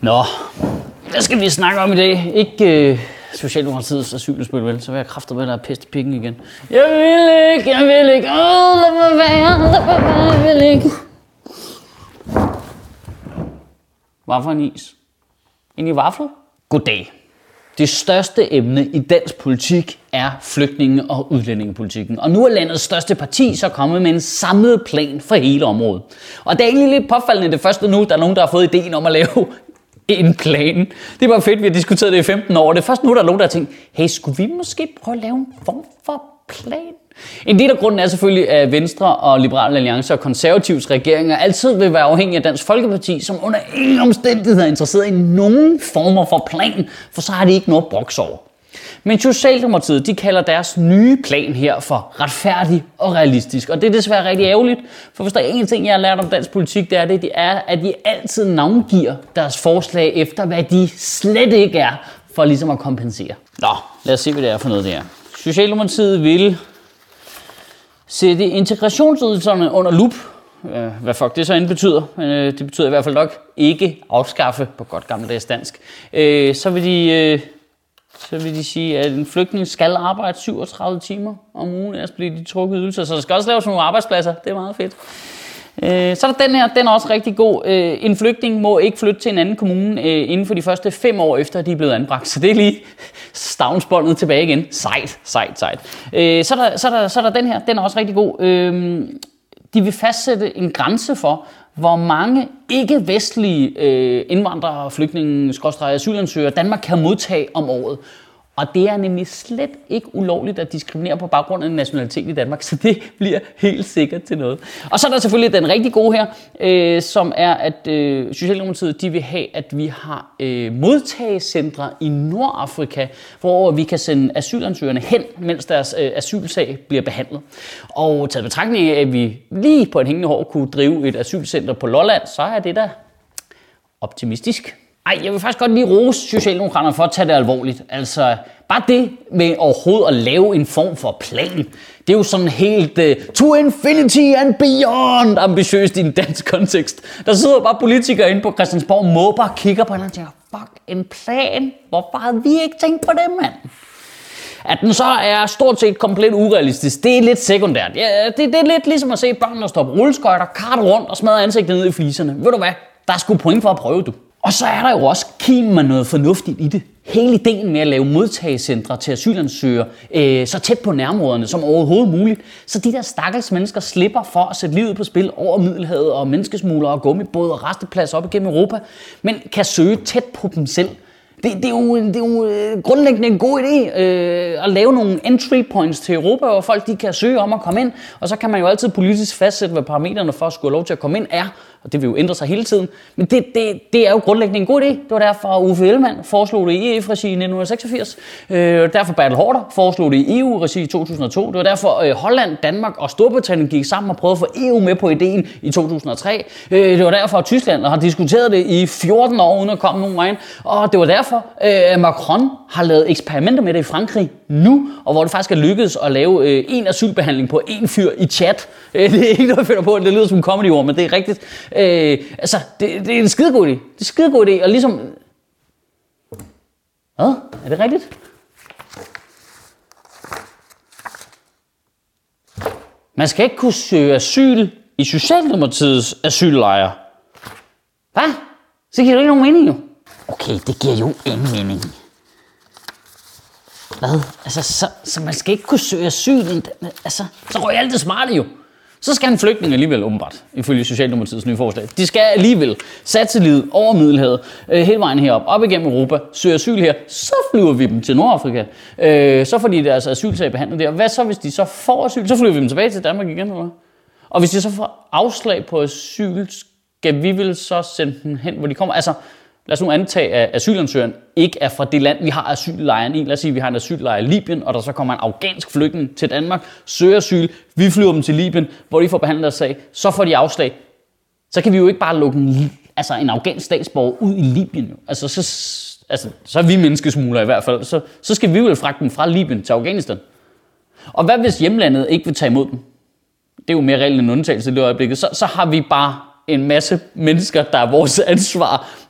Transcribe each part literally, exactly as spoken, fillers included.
Nå, hvad skal vi snakke om i dag? Ikke øh, Socialdemokratiets asyludspil, vel? Så vil jeg kræfte med, der er pest i pikken igen. Jeg vil ikke, jeg vil ikke. Åh, lad mig være, lad mig være, jeg vil ikke. Hvad for en is? En i vafler? Goddag. Det største emne i dansk politik er flygtninge- og udlændingepolitikken. Og nu er landets største parti så kommet med en samlet plan for hele området. Og det er egentlig lidt påfaldende det første nu, der er nogen, der har fået ideen om at lave en plan. Det var fedt, vi har diskuteret det i femten år. Det er først nu, der er nogen, der har tænkt, hey, skulle vi måske prøve at lave en form for plan? En del af grunden er selvfølgelig, at Venstre og Liberale Alliance og Konservativs regeringer altid vil være afhængige af Dansk Folkeparti, som under ingen omstændigheder er interesseret i nogen former for plan, for så har de ikke noget broks over. Men Socialdemokratiet, de kalder deres nye plan her for retfærdig og realistisk. Og det er desværre rigtig ærgerligt, for hvis der er en ting, jeg har lært om dansk politik, det er, det, det er, at de altid navngiver deres forslag efter, hvad de slet ikke er, for ligesom at kompensere. Nå, lad os se, hvad det er for noget, det er. Socialdemokratiet vil sætte integrationsydelserne under lup. Hvad fuck det så end betyder. Det betyder i hvert fald nok ikke afskaffe på godt gammeldags dansk. Så vil de... Så vil de sige, at en flygtning skal arbejde syvogtredive timer om ugen, ellers bliver de trukket ydelser. Så der skal også laves nogle arbejdspladser. Det er meget fedt. Så er der den her, den er også rigtig god. En flygtning må ikke flytte til en anden kommune inden for de første fem år efter, at de er blevet anbragt. Så det er lige stavnsbåndet tilbage igen. Sejt, sejt, sejt. Så er der, så er der, så er der den her, den er også rigtig god. De vil fastsætte en grænse for, hvor mange ikke-vestlige øh, indvandrere, flygtninge, skråstrege, asylansøgere Danmark kan modtage om året. Og det er nemlig slet ikke ulovligt at diskriminere på baggrund af nationalitet i Danmark, så det bliver helt sikkert til noget. Og så er der selvfølgelig den rigtig gode her, øh, som er, at øh, Socialdemokratiet de vil have, at vi har øh, modtagecentre i Nordafrika, hvor vi kan sende asylansøgerne hen, mens deres øh, asylsag bliver behandlet. Og taget betragtning af, at vi lige på et hængende hår kunne drive et asylcenter på Lolland, så er det da optimistisk. Ej, jeg vil faktisk godt lige rose Socialdemokraterne for at tage det alvorligt. Altså, bare det med overhovedet at lave en form for plan, det er jo sådan helt uh, to infinity and beyond ambitiøst i en dansk kontekst. Der sidder bare politikere inde på Christiansborg, måber og kigger på hinanden og tænker, fuck, en plan? Hvorfor havde vi ikke tænkt på det, mand? At den så er stort set komplet urealistisk, det er lidt sekundært. Ja, det, det er lidt ligesom at se børnene stoppe rulleskøjter, karte rundt og smadre ansigtet ned i fliserne. Ved du hvad? Der er sgu point for at prøve, du. Og så er der jo også kim med noget fornuftigt i det. Hele ideen med at lave modtagecentre til asylansøgere øh, så tæt på nærområderne som overhovedet muligt, så de der stakkels mennesker slipper for at sætte livet på spil over Middelhavet og menneskesmuglere og gummibåde og rastepladser op igennem Europa, men kan søge tæt på dem selv. Det, det, er jo, det er jo grundlæggende en god idé øh, at lave nogle entry points til Europa, hvor folk de kan søge om at komme ind, og så kan man jo altid politisk fastsætte, hvad parametrene for at skulle have lov til at komme ind er, og det vil jo ændre sig hele tiden. Men det, det, det er jo grundlæggende en god idé. Det var derfor Uffe Ellemann foreslog det i E F-regi i nitten seksogfirs. Øh, derfor Bertel Haarder foreslog det i E U-regi i to tusind og to. Det var derfor øh, Holland, Danmark og Storbritannien gik sammen og prøvede at få E U med på ideen i to tusind og tre. Øh, det var derfor Tyskland har diskuteret det i fjorten år uden at komme nogen vej. Og det var derfor øh, Macron har lavet eksperimenter med det i Frankrig nu, og hvor det faktisk er lykkedes at lave øh, en asylbehandling på en fyr i chat. Øh, det er ikke noget, jeg finder på, det lyder som en comedy-ord, men det er rigtigt. Øh, altså, det, det er en skidegod idé. Det er en skidegod idé, og ligesom... Hvad? Er det rigtigt? Man skal ikke kunne søge asyl i Socialdemokratiets asyllejre. Hvad? Så giver det ikke nogen mening, jo. Okay, det giver jo ingen mening. Hvad? Altså, så, så man skal ikke kunne søge asyl. Altså, så røg alt det smarte jo. Så skal en flygtning alligevel åbenbart, ifølge Socialdemokratiets nye forslag. De skal alligevel satse livet over Middelhavet, øh, hele vejen herop, op igennem Europa, søge asyl her, så flyver vi dem til Nordafrika. Øh, så får de deres asylsag behandlet der. Hvad så, hvis de så får asyl? Så flyver vi dem tilbage til Danmark igen, eller? Og hvis de så får afslag på asyl, skal vi vel så sende dem hen, hvor de kommer? Altså, lad os nu antage, at asylansøgeren ikke er fra det land, vi har asyllejren i. Lad os sige, at vi har en asyllejr i Libyen, og der så kommer en afghansk flygtning til Danmark, søger asyl, vi flyver dem til Libyen, hvor de får behandlet deres sag, så får de afslag. Så kan vi jo ikke bare lukke en, altså en afghansk statsborger ud i Libyen. Jo. Altså, så, altså, så er vi menneskesmuglere i hvert fald. Så, så skal vi jo fragte dem fra Libyen til Afghanistan. Og hvad hvis hjemlandet ikke vil tage imod dem? Det er jo mere reelt en undtagelse i det øjeblikket. Så, så har vi bare en masse mennesker, der er vores ansvar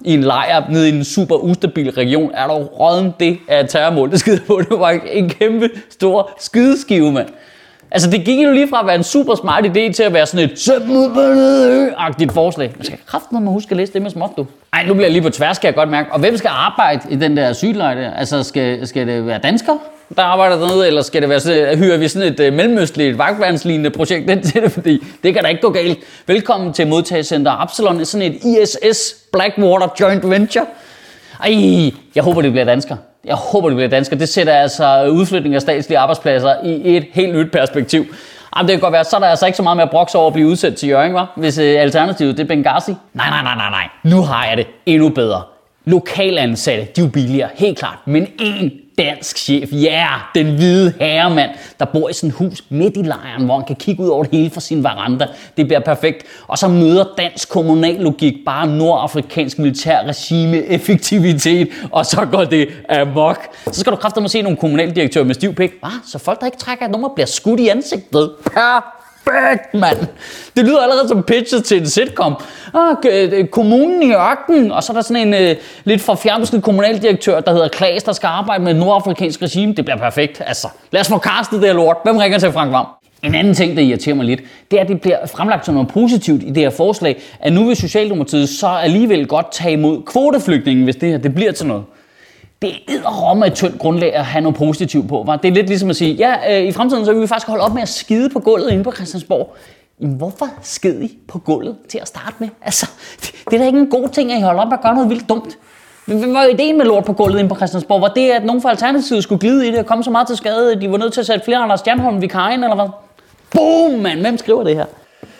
i en lejr nede i en super ustabil region, er der råden det af terrormål. Det skider på, det var en kæmpe stor skideskive, mand. Altså, det gik jo lige fra at være en super smart idé til at være sådan et søm-ud-agtigt forslag. Man skal kraftedeme huske at læse det med småt, du. Ej, nu bliver jeg lige på tværs, kan jeg godt mærke. Og hvem skal arbejde i den der asylejr der? Altså, skal, skal det være danskere, der arbejder dernede, eller skal det være sådan, hyrer vi sådan et uh, mellemøstligt vagtværnslignende projekt ind til det? Fordi det kan da ikke gå galt. Velkommen til modtagelsescenter Absalon, sådan et I S S Blackwater Joint Venture. Ej, jeg håber, det bliver danskere. Jeg håber, det bliver danskere. Det sætter altså udflytning af statslige arbejdspladser i et helt nyt perspektiv. Jamen, det kan godt være, så er der altså ikke så meget med at brokse over at blive udsendt til Hjørring, hva'? Hvis øh, alternativet det er Benghazi. Nej, nej, nej, nej, nej. Nu har jeg det endnu bedre. Lokalansatte, de er jo billigere, helt klart. Men en dansk chef, ja, yeah, den hvide herremand, der bor i sådan et hus midt i lejren, hvor han kan kigge ud over det hele fra sin veranda. Det bliver perfekt. Og så møder dansk kommunallogik bare nordafrikansk militær regime effektivitet, og så går det amok. Så skal du kraftedeme se nogle kommunaldirektører med stiv pik. Ah, så folk, der ikke trækker et nummer, bliver skudt i ansigtet. Perfekt, mand. Det lyder allerede som pitchet til en sitcom. Ah, kommunen i ørkenen, og så er der sådan en uh, lidt forfjernelset kommunaldirektør, der hedder Klaas, der skal arbejde med et nordafrikansk regime. Det bliver perfekt. Altså, lad os få castet det her lort. Hvem ringer til Frank Hvam? En anden ting, der irriterer mig lidt, det er, at det bliver fremlagt som noget positivt i det her forslag, at nu vil Socialdemokratiet så alligevel godt tage imod kvoteflygtningen, hvis det her det bliver til noget. Det er edderromme et tyndt grundlag at have noget positivt på, var. Det er lidt ligesom at sige, ja, øh, i fremtiden så vil vi faktisk holde op med at skide på gulvet inde på Christiansborg. Jamen, hvorfor skid I på gulvet til at starte med? Altså, det, det er da ikke en god ting, at I holder op med at gøre noget vildt dumt. Hvad var ideen med lort på gulvet inde på Christiansborg? Var det, at nogen fra Alternativet skulle glide i det og komme så meget til skade, at de var nødt til at sætte flere Anders Stjernholm vikaren, eller hvad? Boom, mand! Hvem skriver det her?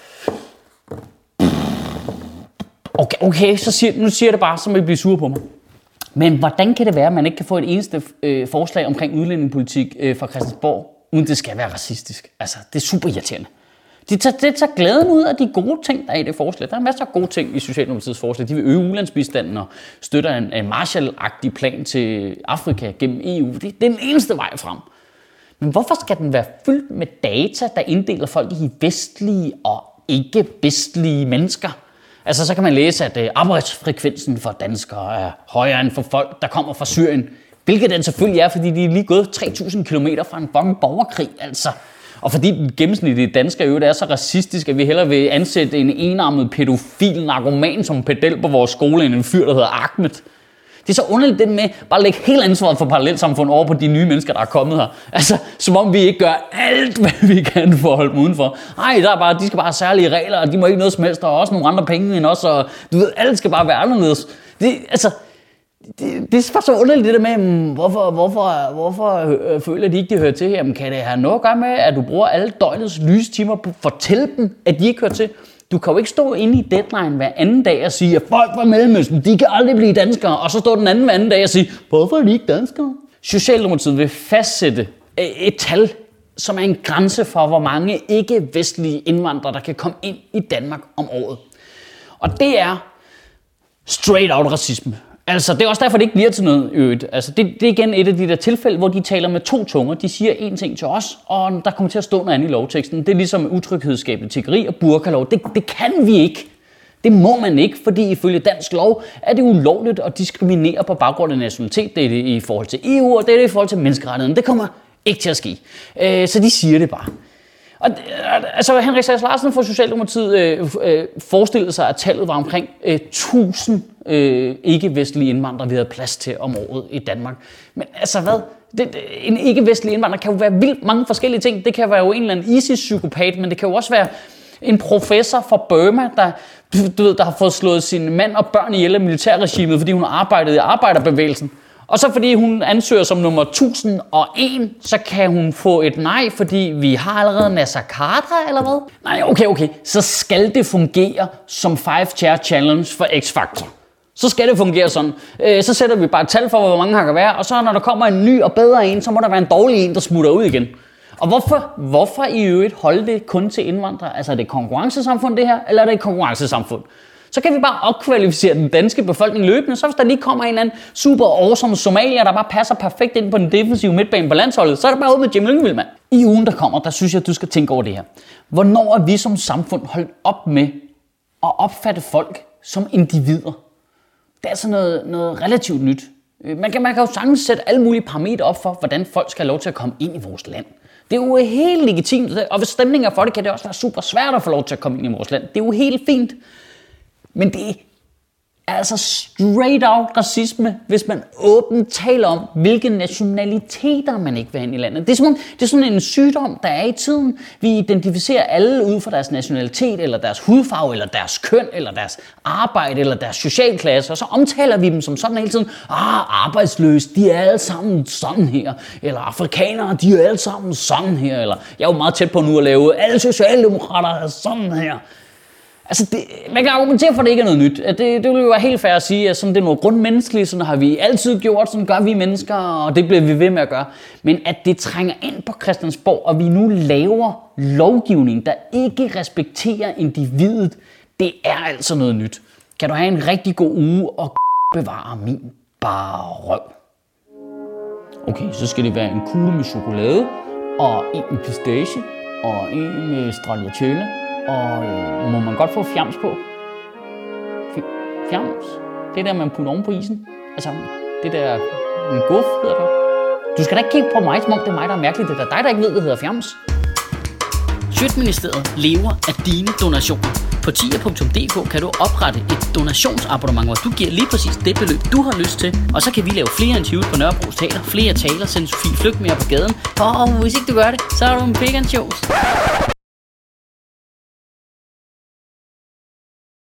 Okay, okay, så siger, nu siger jeg det bare, så må I blive sure på mig. Men hvordan kan det være, at man ikke kan få et eneste øh, forslag omkring udlændingepolitik øh, fra Christiansborg, uden det skal være racistisk? Altså, det er super irriterende. Det tager, det tager glæden ud af de gode ting, der er i det forslag. Der er masser af gode ting i Socialdemokratiets forslag. De vil øge ulandsbistanden og støtter en, en Marshall-agtig plan til Afrika gennem E U. Det, det er den eneste vej frem. Men hvorfor skal den være fyldt med data, der inddeler folk i vestlige og ikke-vestlige mennesker? Altså, så kan man læse, at arbejdsfrekvensen for danskere er højere end for folk, der kommer fra Syrien. Hvilket den selvfølgelig er, fordi de er lige gået tre tusind kilometer fra en fucking borgerkrig, altså. Og fordi den gennemsnitlige dansker jo er så racistisk, at vi hellere vil ansætte en enarmet pædofil narkoman som pedel på vores skole, end en fyr, der hedder Ahmed. Det er så underligt det med bare at lægge helt ansvaret for parallelsamfund over på de nye mennesker, der er kommet her. Altså, som om vi ikke gør alt, hvad vi kan for at holde dem udenfor. Nej, der er bare, de skal bare have særlige regler, og de må ikke noget som helst, og også nogle andre penge end os, og du ved, alt skal bare være anderledes. Det, altså, det, det er bare så underligt det der med, hvorfor, hvorfor, hvorfor føler de ikke, de hører til? Jamen, kan det have noget at gøre med, at du bruger alle døgnets lysetimer på at fortælle dem, at de ikke hører til? Du kan jo ikke stå inde i Deadline hver anden dag og sige, at folk fra Mellemøsten, de kan aldrig blive danskere. Og så stå den anden hver anden dag og sige, hvorfor er de ikke danskere? Socialdemokratiet vil fastsætte et tal, som er en grænse for, hvor mange ikke-vestlige indvandrere, der kan komme ind i Danmark om året. Og det er straight out racisme. Altså, det er også derfor, det ikke bliver til noget øvrigt. Altså, det, det er igen et af de der tilfælde, hvor de taler med to tunger. De siger én ting til os, og der kommer til at stå noget andet i lovteksten. Det er ligesom utryghedsskabende tiggeri og burkalov. Det, det kan vi ikke. Det må man ikke, fordi ifølge dansk lov er det ulovligt at diskriminere på baggrund af nationalitet. Det er det i forhold til E U, og det er det i forhold til menneskerettigheden. Det kommer ikke til at ske. Øh, så de siger det bare. Og, altså, Henrik Sass Larsen fra Socialdemokratiet øh, øh, forestillede sig, at tallet var omkring øh, tusind øh, ikke-vestlige indvandrere, vi havde plads til om året i Danmark. Men altså hvad? Det, en ikke-vestlig indvandrer kan jo være vildt mange forskellige ting. Det kan være jo en eller anden ISIS-psykopat, men det kan jo også være en professor fra Burma, der, du ved, der har fået slået sin mand og børn ihjel af militærregimet, fordi hun har arbejdet i arbejderbevægelsen. Og så fordi hun ansøger som nummer tusind og en, så kan hun få et nej, fordi vi har allerede Nasser Carter, eller hvad? Nej, okay, okay. Så skal det fungere som Five Chair Challenge for X-Factor. Så skal det fungere sådan. Så sætter vi bare et tal for, hvor mange her kan være, og så når der kommer en ny og bedre en, så må der være en dårlig en, der smutter ud igen. Og hvorfor, hvorfor i øvrigt holde det kun til indvandrere? Altså er det et konkurrencesamfund det her, eller er det et konkurrencesamfund? Så kan vi bare opkvalificere den danske befolkning løbende, så hvis der lige kommer en eller anden super awesome somalier, der bare passer perfekt ind på den defensive midtbane på landsholdet, så er det bare ud med Jim Lyngvild, mand. I ugen, der kommer, der synes jeg, at du skal tænke over det her. Hvornår er vi som samfund holdt op med at opfatte folk som individer? det er altså noget, noget relativt nyt. Man kan, man kan jo sagtens sætte alle mulige parametre op for, hvordan folk skal have lov til at komme ind i vores land. Det er jo helt legitimt, og hvis stemningen er for det, kan det også være super svært at få lov til at komme ind i vores land. Det er jo helt fint. Men det er altså straight out racisme, hvis man åbent taler om, hvilke nationaliteter man ikke vil have ind i landet. Det er, sådan, det er sådan en sygdom, der er i tiden. Vi identificerer alle ud fra deres nationalitet, eller deres hudfarve, eller deres køn, eller deres arbejde, eller deres socialklasse, og så omtaler vi dem som sådan hele tiden. Ah, arbejdsløse, de er alle sammen sådan her. Eller afrikanere, de er alle sammen sådan her. Eller jeg er jo meget tæt på nu at lave, alle socialdemokrater er sådan her. Altså, det, man kan argumentere for, at det ikke er noget nyt. Det, det vil jo være helt fair at sige, at sådan, det er noget grundmenneskeligt, sådan har vi altid gjort, sådan gør vi mennesker, og det bliver vi ved med at gøre. Men at det trænger ind på Christiansborg, og vi nu laver lovgivning, der ikke respekterer individet, det er altså noget nyt. Kan du have en rigtig god uge og bevare min bare røv. Okay, så skal det være en kugle med chokolade, og en med pistache, og en med stracciatella. Og øh, må man godt få fjams på? F- fjams? Det der, man putter oven på isen? Altså, det der en guf hedder det. Du skal da ikke kigge på mig, som om det er mig, der er mærkeligt. Det er dig, der ikke ved, det hedder fjams. Sjøtministeriet lever af dine donationer. På tier punktum d k kan du oprette et donationsabonnement, hvor du giver lige præcis det beløb, du har lyst til. Og så kan vi lave flere interviews på Nørrebro Teater, flere taler, sende Sofie Flygt mere på gaden. Og hvis ikke du gør det, så er du en vegan shows.